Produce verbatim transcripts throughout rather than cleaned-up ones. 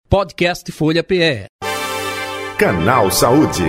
Podcast Folha P E. Canal Saúde.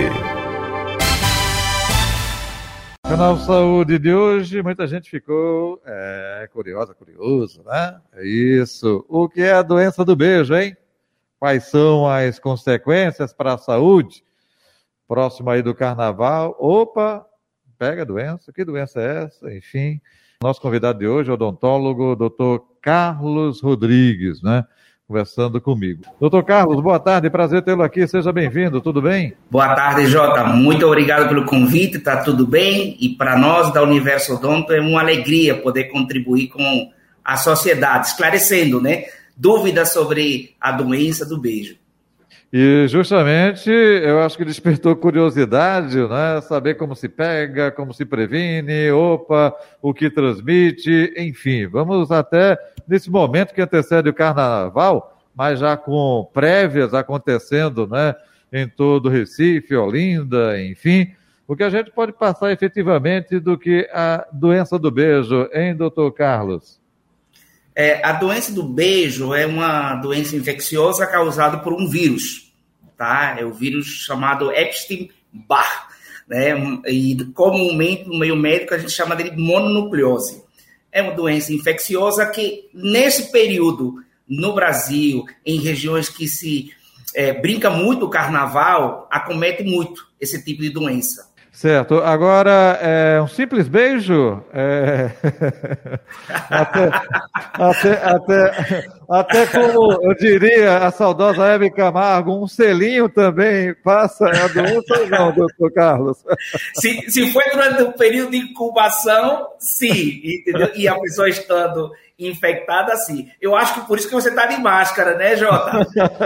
Canal Saúde de hoje, muita gente ficou é, curiosa, curioso, né? É isso. O que é a doença do beijo, hein? Quais são as consequências para a saúde? Próximo aí do carnaval. Opa, pega a doença. Que doença é essa? Enfim, nosso convidado de hoje é o odontólogo doutor Carlos Rodrigues, né? Conversando comigo. doutor Carlos, boa tarde, prazer tê-lo aqui, seja bem-vindo, tudo bem? Boa tarde, Jota, muito obrigado pelo convite, tá tudo bem? E para nós da Universo Odonto é uma alegria poder contribuir com a sociedade, esclarecendo, né, dúvidas sobre a doença do beijo. E justamente, eu acho que despertou curiosidade, né, saber como se pega, como se previne, opa, o que transmite, enfim, vamos até nesse momento que antecede o carnaval, mas já com prévias acontecendo, né, em todo o Recife, Olinda, enfim, o que a gente pode passar efetivamente do que a doença do beijo, hein, doutor Carlos? É, a doença do beijo é uma doença infecciosa causada por um vírus, tá? É o vírus chamado Epstein-Barr, né? E comumente no meio médico a gente chama de mononucleose. É uma doença infecciosa que, nesse período, no Brasil, em regiões que se é, brinca muito o carnaval, acomete muito esse tipo de doença. Certo. Agora, é, um simples beijo, é... até, até, até, até como eu diria a saudosa Hebe Camargo, um selinho também passa a doença ou não, doutor Carlos? Se, se foi durante o período de incubação, sim, entendeu? E a pessoa estando infectada, sim. Eu acho que por isso que você está de máscara, né, Jota?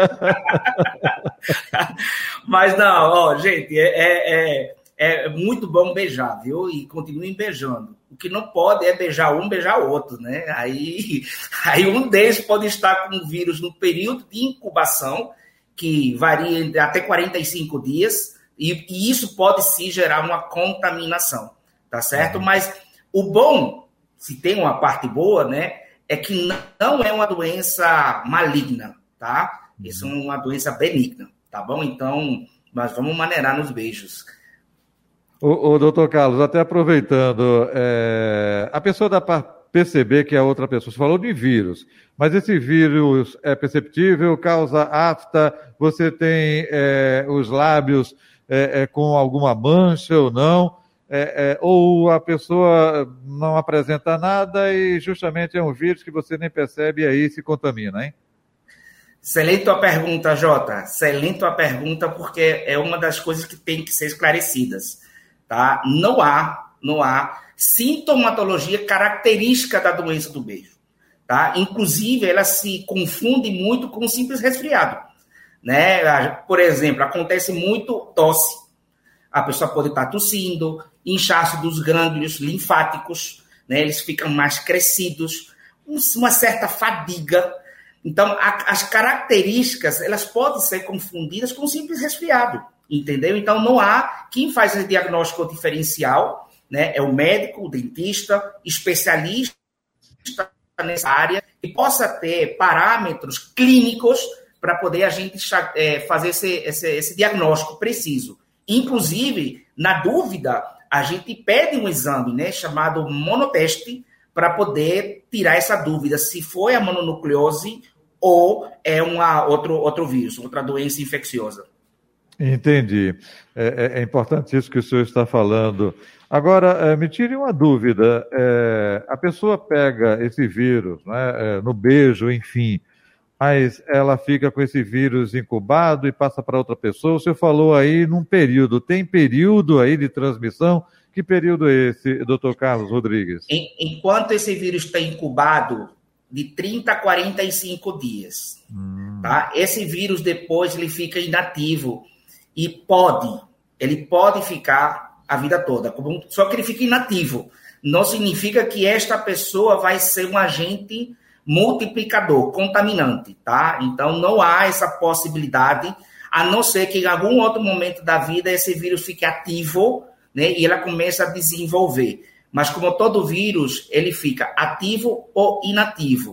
Mas não, ó, gente, é... é... É muito bom beijar, viu? E continuem beijando. O que não pode é beijar um, beijar o outro, né? Aí, aí um deles pode estar com o vírus no período de incubação, que varia até quarenta e cinco dias, e, e isso pode sim gerar uma contaminação, tá certo? Mas o bom, se tem uma parte boa, né, é que não é uma doença maligna, tá? Isso é uma doença benigna, tá bom? Então, nós vamos maneirar nos beijos. O, o doutor Carlos, até aproveitando, é, a pessoa dá para perceber que é outra pessoa. Você falou de vírus, mas esse vírus é perceptível, causa afta, você tem é, os lábios é, é, com alguma mancha ou não, é, é, ou a pessoa não apresenta nada e justamente é um vírus que você nem percebe e aí se contamina, hein? Excelente a pergunta, Jota. Excelente a pergunta, porque é uma das coisas que tem que ser esclarecidas. Tá? Não há, não há sintomatologia característica da doença do beijo. Tá? Inclusive, ela se confunde muito com um simples resfriado. Né? Por exemplo, acontece muito tosse. A pessoa pode estar tossindo, inchaço dos gânglios linfáticos, né? Eles ficam mais crescidos, uma certa fadiga. Então, a, as características, elas podem ser confundidas com um simples resfriado. Entendeu? Então, não há quem faz esse diagnóstico diferencial, né? É o médico, o dentista, especialista nessa área, que possa ter parâmetros clínicos para poder a gente é, fazer esse, esse, esse diagnóstico preciso. Inclusive, na dúvida, a gente pede um exame, né, chamado monoteste, para poder tirar essa dúvida se foi a mononucleose ou é uma, outro, outro vírus, outra doença infecciosa. Entendi. É, é importante isso que o senhor está falando. Agora, é, me tire uma dúvida. É, a pessoa pega esse vírus, né, é, no beijo, enfim, mas ela fica com esse vírus incubado e passa para outra pessoa. O senhor falou aí num período. Tem período aí de transmissão? Que período é esse, doutor Carlos Rodrigues? Enquanto esse vírus está incubado, de trinta a quarenta e cinco dias. Hum. Tá? Esse vírus depois ele fica inativo. E pode, ele pode ficar a vida toda, só que ele fica inativo. Não significa que esta pessoa vai ser um agente multiplicador, contaminante, tá? Então, não há essa possibilidade, a não ser que em algum outro momento da vida esse vírus fique ativo, né, e ela começa a desenvolver. Mas como todo vírus, ele fica ativo ou inativo.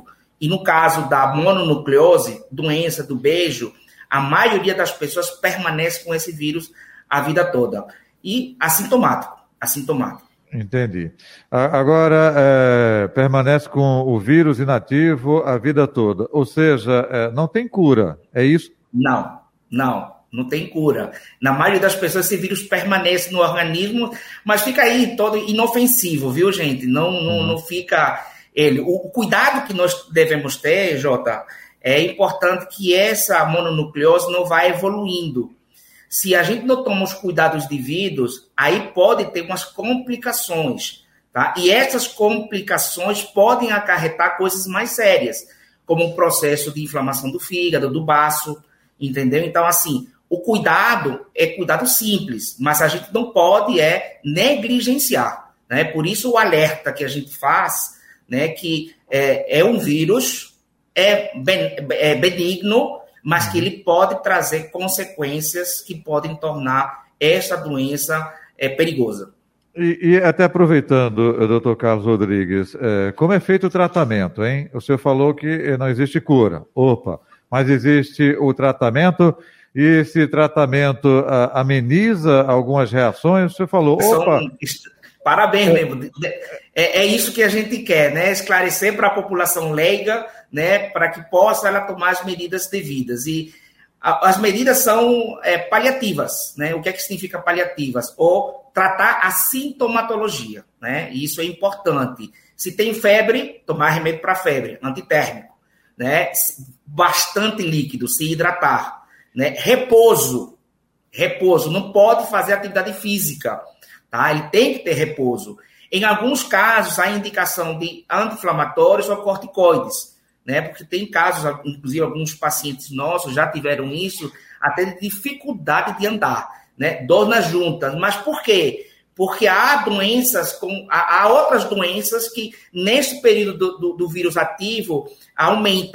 E no caso da mononucleose, doença do beijo, a maioria das pessoas permanece com esse vírus a vida toda. E assintomático, assintomático. Entendi. Agora, é, permanece com o vírus inativo a vida toda. Ou seja, é, não tem cura, é isso? Não, não, não tem cura. Na maioria das pessoas, esse vírus permanece no organismo, mas fica aí todo inofensivo, viu, gente? Não, não, uhum. não fica... ele. O cuidado que nós devemos ter, Jota, é importante que essa mononucleose não vá evoluindo. Se a gente não toma os cuidados devidos, aí pode ter umas complicações, tá? E essas complicações podem acarretar coisas mais sérias, como um processo de inflamação do fígado, do baço, entendeu? Então, assim, o cuidado é cuidado simples, mas a gente não pode é negligenciar, né? Por isso o alerta que a gente faz, né, que é, é um vírus, é, ben, é benigno, mas que ele pode trazer consequências que podem tornar essa doença é, perigosa. E, e até aproveitando, doutor Carlos Rodrigues, é, como é feito o tratamento, hein? O senhor falou que não existe cura. Opa, mas existe o tratamento, e esse tratamento a, ameniza algumas reações? O senhor falou, opa... São, parabéns, é, mesmo. É, é isso que a gente quer, né? Esclarecer para a população leiga, né? Para que possa ela tomar as medidas devidas. E a, as medidas são é, paliativas, né? O que é que significa paliativas? Ou tratar a sintomatologia, né? E isso é importante. Se tem febre, tomar remédio para febre, antitérmico, né? Bastante líquido, se hidratar, né? Repouso, repouso, não pode fazer atividade física, tá? Ele tem que ter repouso. Em alguns casos, há indicação de anti-inflamatórios ou corticoides, né? Porque tem casos, inclusive alguns pacientes nossos já tiveram isso, até de dificuldade de andar, né? Dor nas juntas. Mas por quê? Porque há doenças, com, há, há outras doenças que, nesse período do, do, do vírus ativo, aumenta,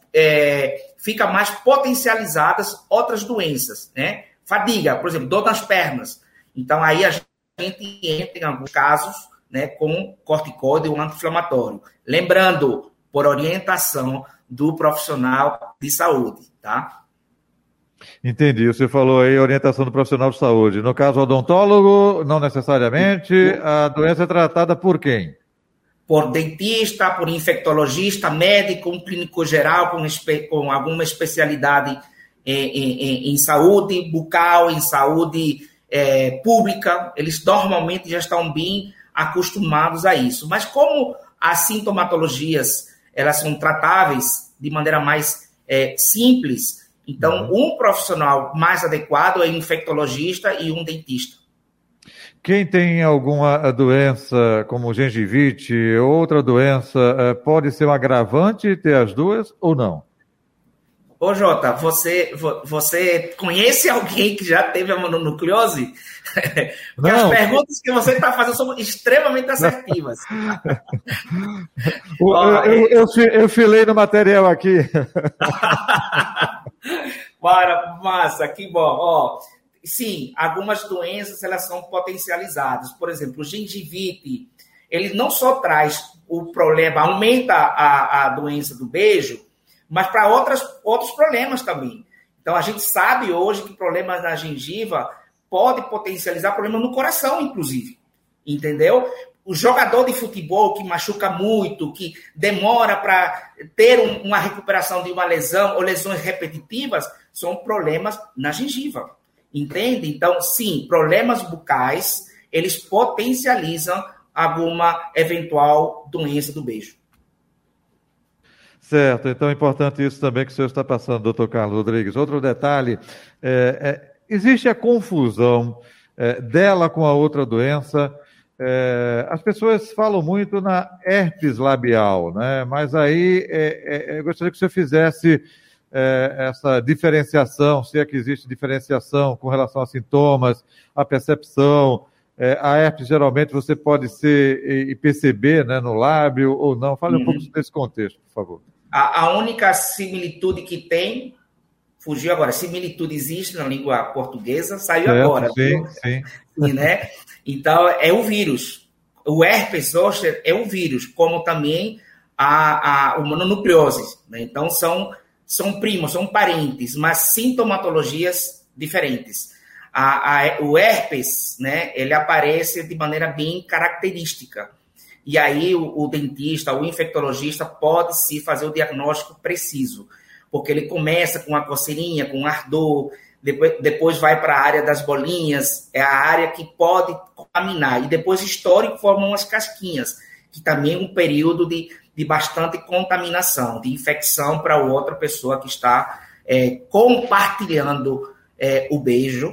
é, fica mais potencializadas outras doenças, né? Fadiga, por exemplo, dor nas pernas. Então, aí a gente entra, em alguns casos, né, com corticoide ou anti-inflamatório. Lembrando, por orientação do profissional de saúde, tá? Entendi. Você falou aí orientação do profissional de saúde. No caso, odontólogo, não necessariamente. A doença é tratada por quem? Por dentista, por infectologista, médico, um clínico geral com, com alguma especialidade em, em, em saúde bucal, em saúde é, pública. Eles normalmente já estão bem acostumados a isso. Mas como as sintomatologias elas são tratáveis de maneira mais é, simples, então uhum. um profissional mais adequado é um infectologista e um dentista. Quem tem alguma doença como gengivite ou outra doença, pode ser um agravante ter as duas ou não? Ô, Jota, você, você conhece alguém que já teve a mononucleose? Porque as perguntas que você está fazendo são extremamente assertivas. Ó, eu, eu, eu, eu filei no material aqui. Para, massa, que bom. Ó, sim, algumas doenças elas são potencializadas. Por exemplo, o gengivite, ele não só traz o problema, aumenta a, a doença do beijo, mas para outros problemas também. Então, a gente sabe hoje que problemas na gengiva pode potencializar problemas no coração, inclusive. Entendeu? O jogador de futebol que machuca muito, que demora para ter um, uma recuperação de uma lesão ou lesões repetitivas, são problemas na gengiva. Entende? Então, sim, problemas bucais, eles potencializam alguma eventual doença do beijo. Certo, então é importante isso também que o senhor está passando, doutor Carlos Rodrigues. Outro detalhe, é, é, existe a confusão é, dela com a outra doença. É, as pessoas falam muito na herpes labial, né? Mas aí é, é, eu gostaria que o senhor fizesse é, essa diferenciação, se é que existe diferenciação com relação a sintomas, a percepção. É, a herpes geralmente você pode ser e, e perceber, né, no lábio ou não. Fale um uhum. pouco desse contexto, por favor. A, a única similitude que tem, fugiu agora, similitude existe na língua portuguesa, saiu é, agora. Sim, sim. sim né? Então, é o vírus. O herpes zoster é um vírus, como também a, a, a mononucleose. Né? Então, são, são primos, são parentes, mas sintomatologias diferentes. A, a, o herpes, né, ele aparece de maneira bem característica. E aí o, o dentista, o infectologista pode sim fazer o diagnóstico preciso, porque ele começa com uma coceirinha, com ardor, depois, depois vai para a área das bolinhas, é a área que pode contaminar, e depois histórico formam as casquinhas, que também é um período de, de bastante contaminação, de infecção para outra pessoa que está é, compartilhando é, o beijo,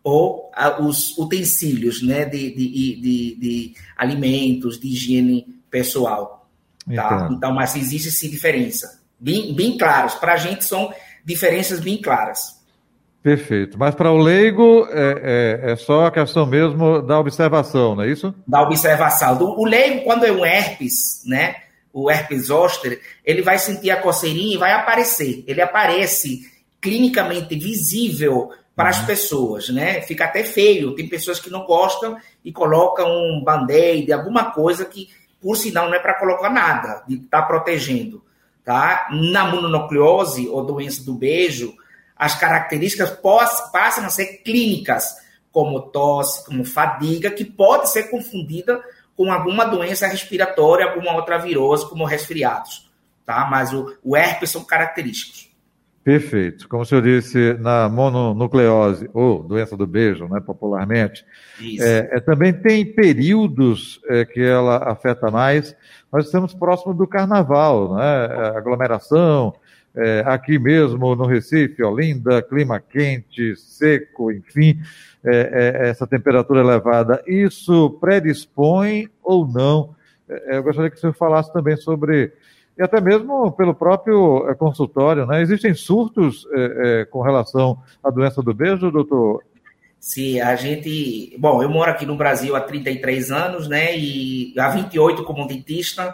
ou a, os utensílios, né, de, de, de, de alimentos, de higiene pessoal. Tá? Então, mas existe sim diferença. Bem, bem claras. Para a gente são diferenças bem claras. Perfeito. Mas para o leigo é, é, é só a questão mesmo da observação, não é isso? Da observação. Do, o leigo, quando é um herpes, né, o herpes zoster, ele vai sentir a coceirinha e vai aparecer. Ele aparece clinicamente visível para as pessoas, né? Fica até feio. Tem pessoas que não gostam e colocam um band-aid, alguma coisa que, por sinal, não é para colocar nada, de estar tá protegendo, tá? Na mononucleose, ou doença do beijo, as características passam a ser clínicas, como tosse, como fadiga, que pode ser confundida com alguma doença respiratória, alguma outra virose, como resfriados, tá? Mas o, o herpes são característicos. Perfeito. Como o senhor disse, na mononucleose, ou doença do beijo, né, popularmente, é, é, também tem períodos é, que ela afeta mais. Nós estamos próximo do carnaval, né, aglomeração, é, aqui mesmo no Recife, Olinda, clima quente, seco, enfim, é, é, essa temperatura elevada. Isso predispõe ou não? É, eu gostaria que o senhor falasse também sobre... E até mesmo pelo próprio é, consultório, né? Existem surtos é, é, com relação à doença do beijo, doutor? Sim, a gente... Bom, eu moro aqui no Brasil há trinta e três anos, né? E há vinte e oito como dentista.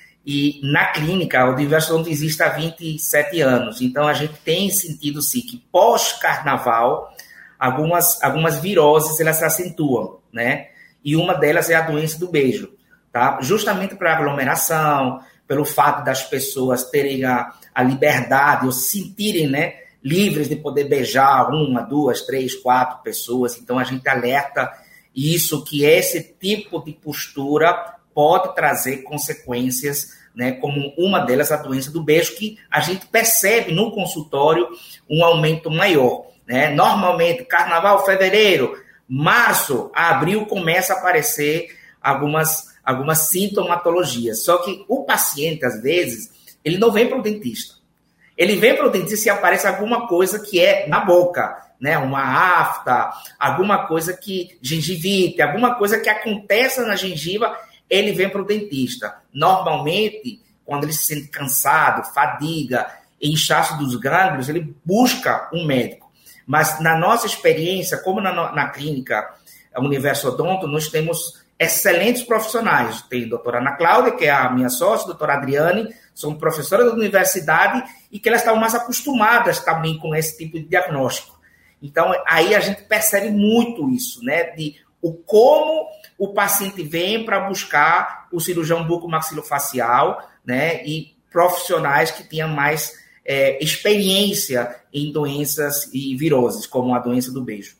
E na clínica, o diverso odontologista há vinte e sete anos. Então, a gente tem sentido, sim, que pós-carnaval, algumas, algumas viroses, elas se acentuam, né? E uma delas é a doença do beijo, tá? Justamente para aglomeração, pelo fato das pessoas terem a, a liberdade, ou se sentirem, né, livres de poder beijar uma, duas, três, quatro pessoas. Então, a gente alerta isso, que esse tipo de postura pode trazer consequências, né, como uma delas a doença do beijo, que a gente percebe no consultório um aumento maior. Né? Normalmente, carnaval, fevereiro, março, abril, começa a aparecer algumas... algumas sintomatologias. Só que o paciente, às vezes, ele não vem para o dentista. Ele vem para o dentista se aparece alguma coisa que é na boca, né? Uma afta, alguma coisa que... gengivite, alguma coisa que acontece na gengiva, ele vem para o dentista. Normalmente, quando ele se sente cansado, fadiga, inchaço dos gânglios, ele busca um médico. Mas na nossa experiência, como na, na clínica Universo Odonto, nós temos excelentes profissionais. Tem a doutora Ana Cláudia, que é a minha sócia, a doutora Adriane, são professoras da universidade e que elas estão mais acostumadas também com esse tipo de diagnóstico. Então, aí a gente percebe muito isso, né? De o como o paciente vem para buscar o cirurgião bucomaxilofacial, né? E profissionais que tenham mais é, experiência em doenças e viroses, como a doença do beijo.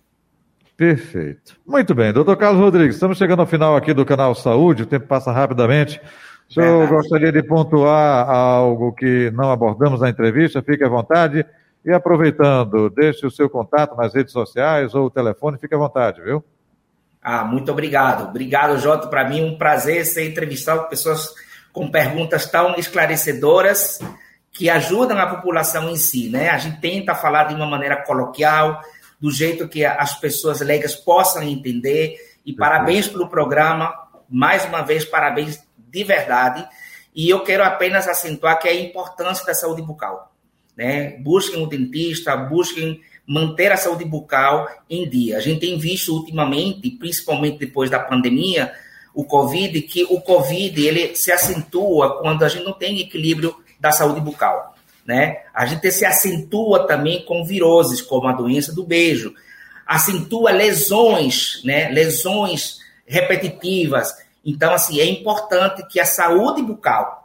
Perfeito. Muito bem, doutor Carlos Rodrigues, estamos chegando ao final aqui do Canal Saúde, o tempo passa rapidamente. O senhor Verdade. gostaria de pontuar algo que não abordamos na entrevista? Fique à vontade. E aproveitando, deixe o seu contato nas redes sociais ou o telefone, fique à vontade, viu? Ah, muito obrigado. Obrigado, Jota. Para mim é um prazer ser entrevistado com pessoas com perguntas tão esclarecedoras que ajudam a população em si, né? A gente tenta falar de uma maneira coloquial, do jeito que as pessoas leigas possam entender. E parabéns pelo programa. Mais uma vez, parabéns de verdade. E eu quero apenas acentuar que é a importância da saúde bucal. Né? Busquem um dentista, busquem manter a saúde bucal em dia. A gente tem visto ultimamente, principalmente depois da pandemia, o Covid, que o Covid ele se acentua quando a gente não tem equilíbrio da saúde bucal. Né? A gente se acentua também com viroses, como a doença do beijo. Acentua lesões, né? Lesões repetitivas. Então, assim, é importante que a saúde bucal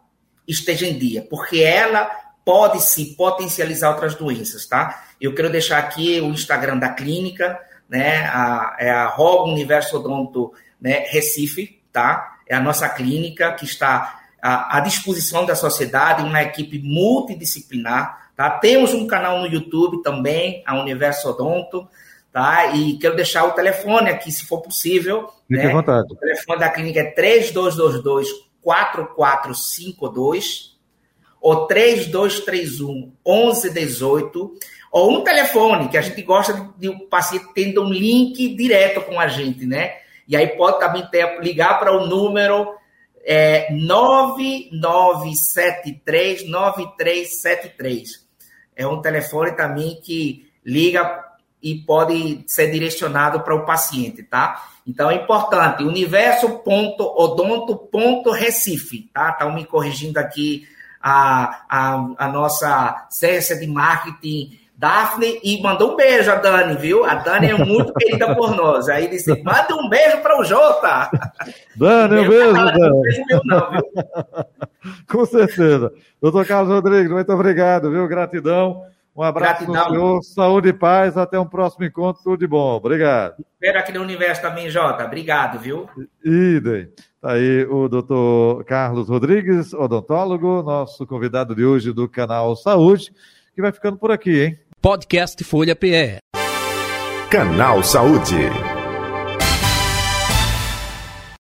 esteja em dia, porque ela pode se potencializar outras doenças, tá? Eu quero deixar aqui o Instagram da clínica, né? A, é a Rogo Universo Odonto, né? Recife, tá? É a nossa clínica que está à, à disposição da sociedade, uma equipe multidisciplinar, tá? Temos um canal no YouTube também, a Universo Odonto, tá? E quero deixar o telefone aqui, se for possível. Fique né? à vontade. O telefone da clínica é três dois dois dois, quatro quatro cinco dois ou três dois três um, um um um oito, ou um telefone, que a gente gosta de, de o paciente tendo um link direto com a gente, né? E aí pode também ter, ligar para o número é, nove nove sete três, nove três sete três. É um telefone também que liga e pode ser direcionado para o paciente, tá? Então é importante, universo ponto odonto ponto recife, tá? Estão me corrigindo aqui a, a, a nossa ciência de marketing, Daphne, e mandou um beijo a Dani, viu? A Dani é muito querida por nós. Aí disse, manda um beijo para o Jota. Dani, um beijo, Dani. Não beijo meu não, viu? Com certeza. Doutor Carlos Rodrigues, muito obrigado, viu? Gratidão. Um abraço para o senhor, saúde e paz, até um próximo encontro, tudo de bom. Obrigado. Espero aqui no universo também, Jota. Obrigado, viu? Idem. Está aí o doutor Carlos Rodrigues, odontólogo, nosso convidado de hoje do canal Saúde, que vai ficando por aqui, hein? Podcast Folha P E. Canal Saúde.